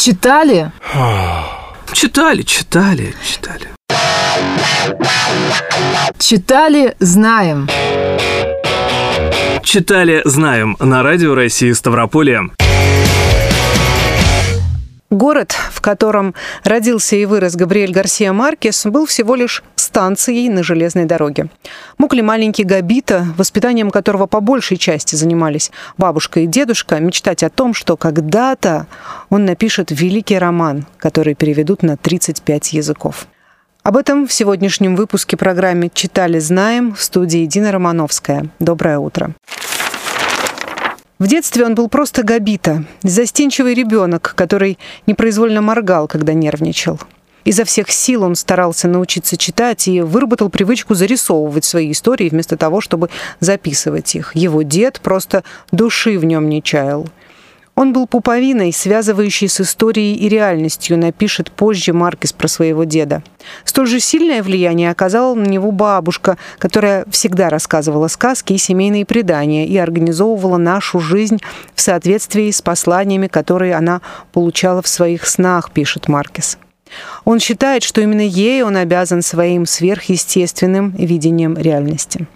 Читали? Читали. Читали, знаем. Читали, знаем. На Радио России Ставрополье. Город, в котором родился и вырос Габриэль Гарсиа Маркес, был всего лишь станцией на железной дороге. Мог ли маленький Габито, воспитанием которого по большей части занимались бабушка и дедушка, мечтать о том, что когда-то он напишет великий роман, который переведут на 35 языков? Об этом в сегодняшнем выпуске программы «Читали, знаем» в студии Дина Романовская. Доброе утро. В детстве он был просто Габито, застенчивый ребенок, который непроизвольно моргал, когда нервничал. Изо всех сил он старался научиться читать и выработал привычку зарисовывать свои истории вместо того, чтобы записывать их. Его дед просто души в нем не чаял. Он был пуповиной, связывающей с историей и реальностью, напишет позже Маркес про своего деда. Столь же сильное влияние оказала на него бабушка, которая всегда рассказывала сказки и семейные предания и организовывала нашу жизнь в соответствии с посланиями, которые она получала в своих снах, пишет Маркес. Он считает, что именно ей он обязан своим сверхъестественным видением реальности.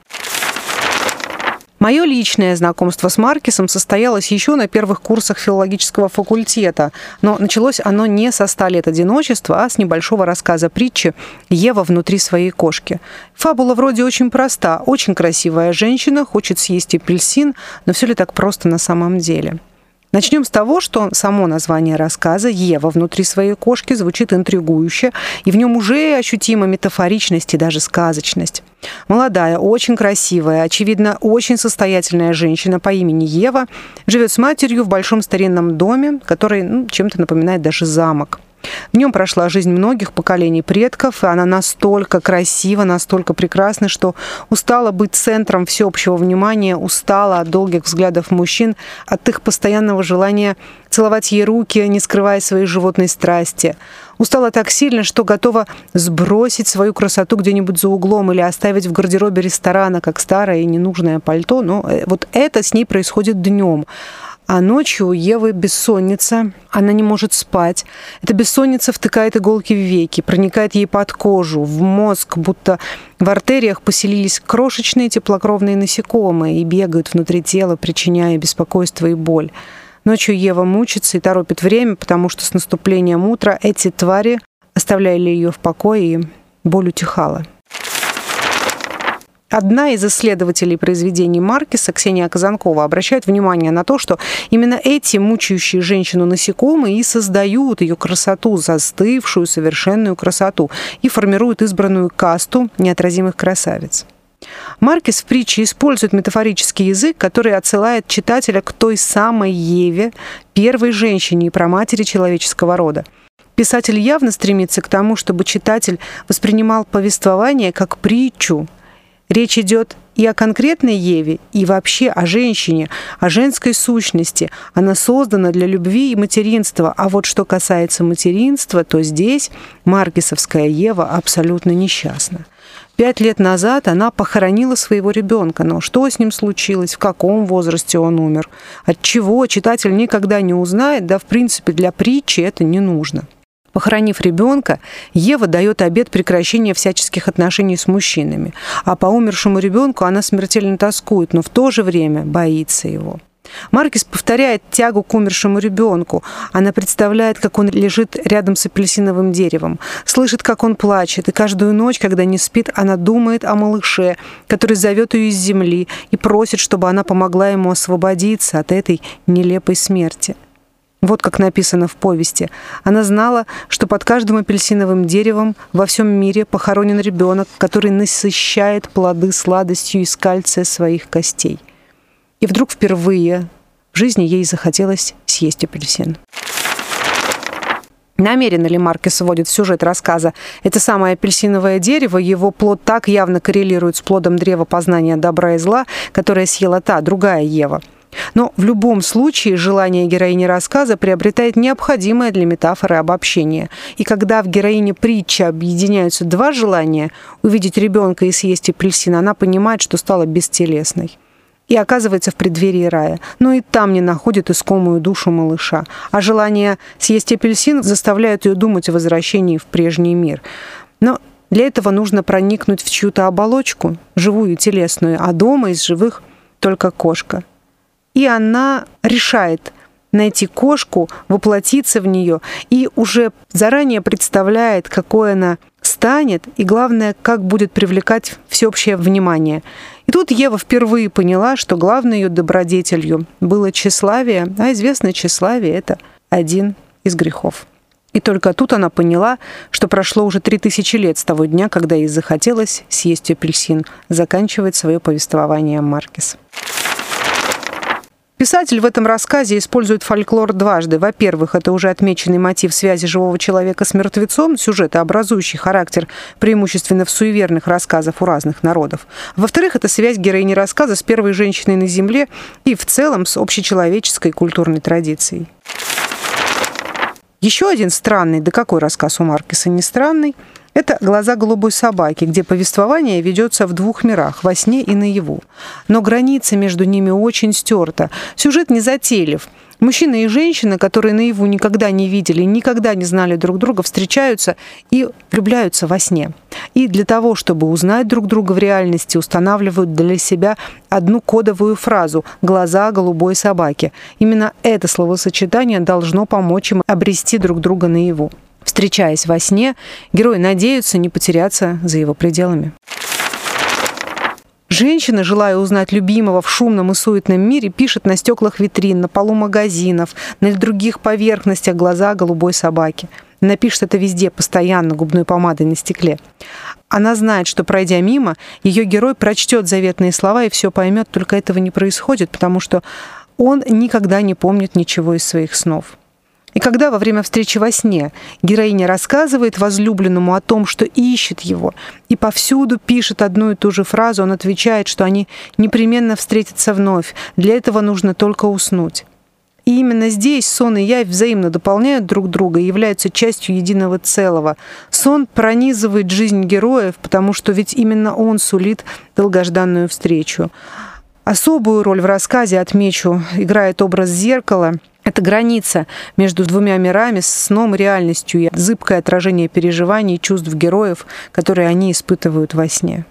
Мое личное знакомство с Маркесом состоялось еще на первых курсах филологического факультета, но началось оно не со 100 лет одиночества, а с небольшого рассказа-притчи «Ева внутри своей кошки». Фабула вроде очень проста. Очень красивая женщина хочет съесть апельсин, но все ли так просто на самом деле? Начнем с того, что само название рассказа «Ева внутри своей кошки» звучит интригующе, и в нем уже ощутима метафоричность и даже сказочность. Молодая, очень красивая, очевидно, очень состоятельная женщина по имени Ева живет с матерью в большом старинном доме, который чем-то напоминает даже замок. В нем прошла жизнь многих поколений предков, и она настолько красива, настолько прекрасна, что устала быть центром всеобщего внимания, устала от долгих взглядов мужчин, от их постоянного желания целовать ей руки, не скрывая своей животной страсти. Устала так сильно, что готова сбросить свою красоту где-нибудь за углом или оставить в гардеробе ресторана, как старое и ненужное пальто. Но вот это с ней происходит днем. А ночью у Евы бессонница, она не может спать. Эта бессонница втыкает иголки в веки, проникает ей под кожу, в мозг, будто в артериях поселились крошечные теплокровные насекомые и бегают внутри тела, причиняя беспокойство и боль. Ночью Ева мучится и торопит время, потому что с наступлением утра эти твари оставляли ее в покое, и боль утихала. Одна из исследователей произведений Маркеса, Ксения Казанкова, обращает внимание на то, что именно эти мучающие женщину насекомые и создают ее красоту, застывшую, совершенную красоту, и формируют избранную касту неотразимых красавиц. Маркес в притче использует метафорический язык, который отсылает читателя к той самой Еве, первой женщине и праматери человеческого рода. Писатель явно стремится к тому, чтобы читатель воспринимал повествование как притчу. Речь идет и о конкретной Еве, и вообще о женщине, о женской сущности. Она создана для любви и материнства. А вот что касается материнства, то здесь маркесовская Ева абсолютно несчастна. 5 лет назад она похоронила своего ребенка, но что с ним случилось, в каком возрасте он умер, от чего читатель никогда не узнает, да в принципе для притчи это не нужно. Похоронив ребенка, Ева дает обет прекращения всяческих отношений с мужчинами, а по умершему ребенку она смертельно тоскует, но в то же время боится его. Маркес повторяет тягу к умершему ребенку. Она представляет, как он лежит рядом с апельсиновым деревом, слышит, как он плачет, и каждую ночь, когда не спит, она думает о малыше, который зовет ее из земли и просит, чтобы она помогла ему освободиться от этой нелепой смерти. Вот как написано в повести. Она знала, что под каждым апельсиновым деревом во всем мире похоронен ребенок, который насыщает плоды сладостью из кальция своих костей. И вдруг впервые в жизни ей захотелось съесть апельсин. Намеренно ли Маркес вводит в сюжет рассказа это самое апельсиновое дерево, его плод так явно коррелирует с плодом древа познания добра и зла, которое съела та, другая Ева. Но в любом случае желание героини рассказа приобретает необходимое для метафоры обобщение. И когда в героине притчи объединяются два желания – увидеть ребенка и съесть апельсин, она понимает, что стала бестелесной. и оказывается в преддверии рая. Но и там не находит искомую душу малыша. А желание съесть апельсин заставляет ее думать о возвращении в прежний мир. Но для этого нужно проникнуть в чью-то оболочку, живую, телесную, а дома из живых только кошка. И она решает найти кошку, воплотиться в нее и уже заранее представляет, какой она станет, и главное, как будет привлекать всеобщее внимание. И тут Ева впервые поняла, что главной ее добродетелью было тщеславие, а известное тщеславие — это один из грехов. И только тут она поняла, что прошло уже 3000 лет с того дня, когда ей захотелось съесть апельсин, заканчивает свое повествование Маркес. Писатель в этом рассказе использует фольклор дважды. Во-первых, это уже отмеченный мотив связи живого человека с мертвецом, сюжетообразующий характер преимущественно в суеверных рассказах у разных народов. Во-вторых, это связь героини рассказа с первой женщиной на Земле и в целом с общечеловеческой культурной традицией. Еще один странный, да какой рассказ у Маркеса не странный, это «Глаза голубой собаки», где повествование ведется в двух мирах, во сне и наяву. Но граница между ними очень стерта. Сюжет незатейлив. Мужчина и женщина, которые наяву никогда не видели, никогда не знали друг друга, встречаются и влюбляются во сне. И для того, чтобы узнать друг друга в реальности, устанавливают для себя одну кодовую фразу «глаза голубой собаки». Именно это словосочетание должно помочь им обрести друг друга наяву. Встречаясь во сне, герои надеются не потеряться за его пределами. Женщина, желая узнать любимого в шумном и суетном мире, пишет на стеклах витрин, на полу магазинов, на других поверхностях глаза голубой собаки. Она пишет это везде, постоянно, губной помадой на стекле. Она знает, что, пройдя мимо, ее герой прочтет заветные слова и все поймет, только этого не происходит, потому что он никогда не помнит ничего из своих снов. И когда во время встречи во сне героиня рассказывает возлюбленному о том, что ищет его, и повсюду пишет одну и ту же фразу, он отвечает, что они непременно встретятся вновь, для этого нужно только уснуть. И именно здесь сон и явь взаимно дополняют друг друга и являются частью единого целого. Сон пронизывает жизнь героев, потому что ведь именно он сулит долгожданную встречу. Особую роль в рассказе, отмечу, играет образ зеркала. Это граница между двумя мирами, сном и реальностью, и зыбкое отражение переживаний и чувств героев, которые они испытывают во сне.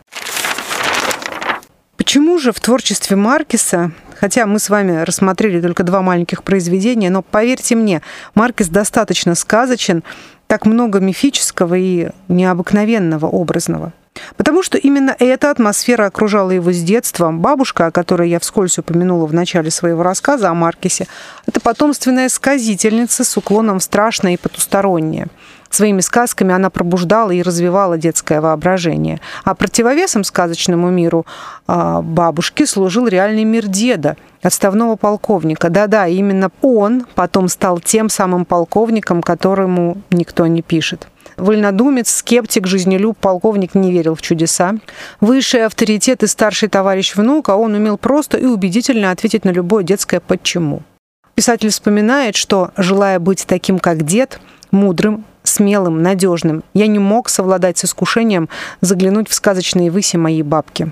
Почему же в творчестве Маркеса, хотя мы с вами рассмотрели только 2 маленьких произведения, но поверьте мне, Маркес достаточно сказочен, так много мифического и необыкновенного, образного? Потому что именно эта атмосфера окружала его с детства. Бабушка, о которой я вскользь упомянула в начале своего рассказа о Маркесе, это потомственная сказительница с уклоном в страшное и потустороннее. Своими сказками она пробуждала и развивала детское воображение. А противовесом сказочному миру бабушки служил реальный мир деда, отставного полковника. Да-да, именно он потом стал тем самым полковником, которому никто не пишет. Вольнодумец, скептик, жизнелюб, полковник не верил в чудеса. Высший авторитет и старший товарищ внука, он умел просто и убедительно ответить на любое детское «почему». Писатель вспоминает, что, желая быть таким, как дед, мудрым, смелым, надежным, я не мог совладать с искушением заглянуть в сказочные выси моей бабки.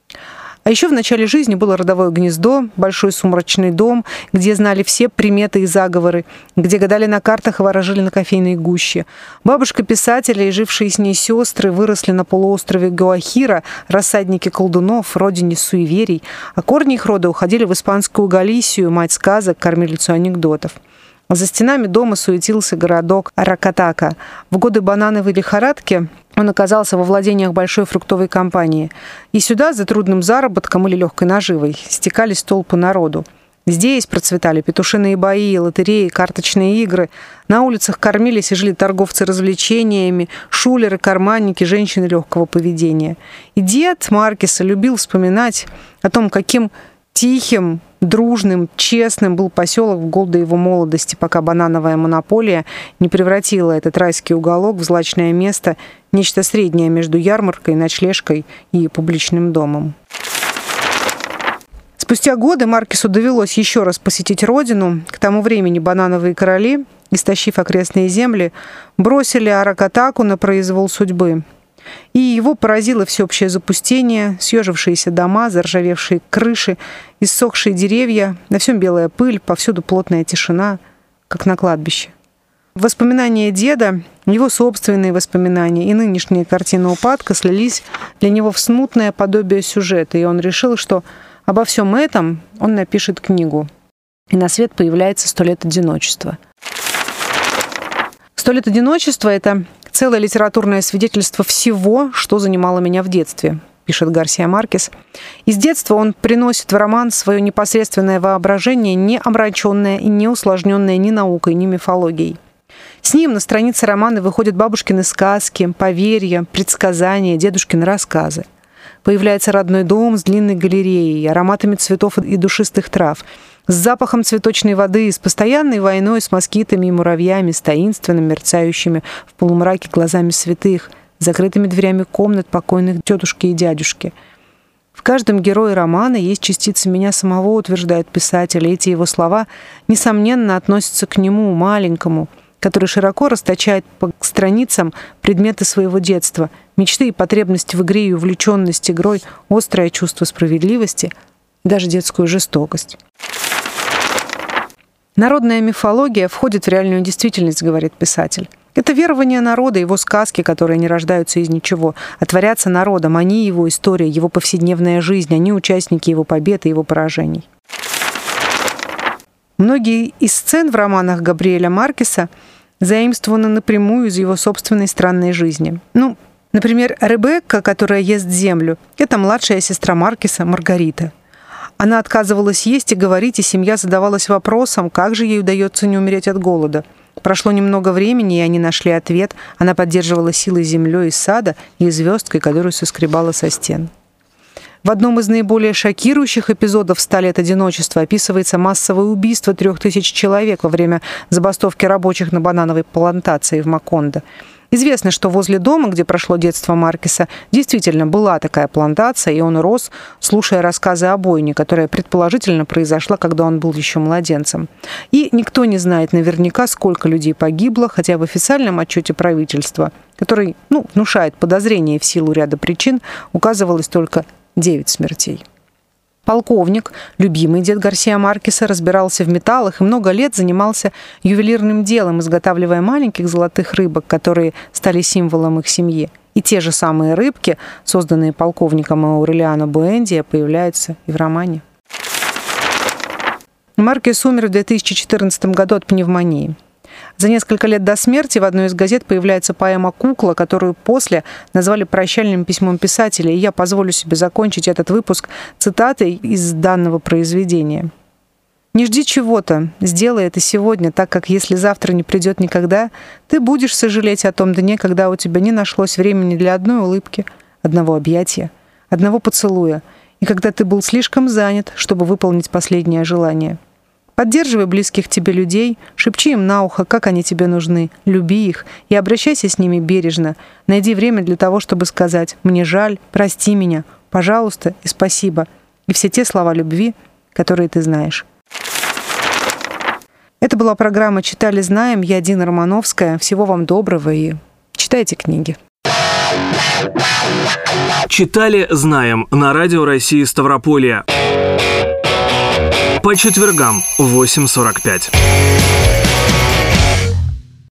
А еще в начале жизни было родовое гнездо, большой сумрачный дом, где знали все приметы и заговоры, где гадали на картах и ворожили на кофейной гуще. Бабушка писателя и жившие с ней сестры выросли на полуострове Гуахира, рассаднике колдунов, родине суеверий, а корни их рода уходили в испанскую Галисию, мать сказок, кормилицу анекдотов. За стенами дома суетился городок Аракатака. В годы банановой лихорадки он оказался во владениях большой фруктовой компании. И сюда за трудным заработком или легкой наживой стекались толпы народу. Здесь процветали петушиные бои, лотереи, карточные игры. На улицах кормились и жили торговцы развлечениями, шулеры, карманники, женщины легкого поведения. И дед Маркеса любил вспоминать о том, каким тихим, дружным, честным был поселок в годы его молодости, пока банановая монополия не превратила этот райский уголок в злачное место, нечто среднее между ярмаркой, ночлежкой и публичным домом. Спустя годы Маркесу довелось еще раз посетить родину. К тому времени банановые короли, истощив окрестные земли, бросили Аракатаку на произвол судьбы. И его поразило всеобщее запустение, съежившиеся дома, заржавевшие крыши, иссохшие деревья, на всем белая пыль, повсюду плотная тишина, как на кладбище. Воспоминания деда, его собственные воспоминания и нынешние картины упадка слились для него в смутное подобие сюжета, и он решил, что обо всем этом он напишет книгу. И на свет появляется «100 лет одиночества». «100 лет одиночества» — это целое литературное свидетельство всего, что занимало меня в детстве, пишет Гарсия Маркес. Из детства он приносит в роман свое непосредственное воображение, не омраченное и не усложненное ни наукой, ни мифологией. С ним на странице романа выходят бабушкины сказки, поверья, предсказания, дедушкины рассказы. Появляется родной дом с длинной галереей, ароматами цветов и душистых трав, с запахом цветочной воды, с постоянной войной с москитами и муравьями, с таинственно мерцающими в полумраке глазами святых, с закрытыми дверями комнат покойных тетушки и дядюшки. В каждом герое романа есть частица меня самого, утверждает писатель, и эти его слова, несомненно, относятся к нему, маленькому, который широко расточает по страницам предметы своего детства, мечты и потребности в игре и увлеченность игрой, острое чувство справедливости и даже детскую жестокость. Народная мифология входит в реальную действительность, говорит писатель. Это верование народа, его сказки, которые не рождаются из ничего, а творятся народом, они его история, его повседневная жизнь, они участники его побед и его поражений. Многие из сцен в романах Габриэля Маркеса заимствованы напрямую из его собственной странной жизни. Например, Ребекка, которая ест землю, это младшая сестра Маркеса, Маргарита. Она отказывалась есть и говорить, и семья задавалась вопросом, как же ей удается не умереть от голода. Прошло немного времени, и они нашли ответ. Она поддерживала силой землей из сада и звездкой, которую соскребала со стен. В одном из наиболее шокирующих эпизодов «100 лет одиночества» описывается массовое убийство 3000 человек во время забастовки рабочих на банановой плантации в Макондо. Известно, что возле дома, где прошло детство Маркеса, действительно была такая плантация, и он рос, слушая рассказы о бойне, которая предположительно произошла, когда он был еще младенцем. И никто не знает наверняка, сколько людей погибло, хотя в официальном отчете правительства, который внушает подозрения в силу ряда причин, указывалось только 9 смертей. Полковник, любимый дед Гарсия Маркеса, разбирался в металлах и много лет занимался ювелирным делом, изготавливая маленьких золотых рыбок, которые стали символом их семьи. И те же самые рыбки, созданные полковником Аурелиано Буэндиа, появляются и в романе. Маркес умер в 2014 году от пневмонии. За несколько лет до смерти в одной из газет появляется поэма «Кукла», которую после назвали прощальным письмом писателя, и я позволю себе закончить этот выпуск цитатой из данного произведения. «Не жди чего-то, сделай это сегодня, так как если завтра не придет никогда, ты будешь сожалеть о том дне, когда у тебя не нашлось времени для одной улыбки, одного объятия, одного поцелуя, и когда ты был слишком занят, чтобы выполнить последнее желание». Поддерживай близких тебе людей, шепчи им на ухо, как они тебе нужны, люби их и обращайся с ними бережно. Найди время для того, чтобы сказать «мне жаль», «прости меня», «пожалуйста» и «спасибо» и все те слова любви, которые ты знаешь. Это была программа «Читали, знаем». Я Дина Романовская. Всего вам доброго и читайте книги. Читали, знаем на Радио России Ставрополье. По четвергам в 8:45.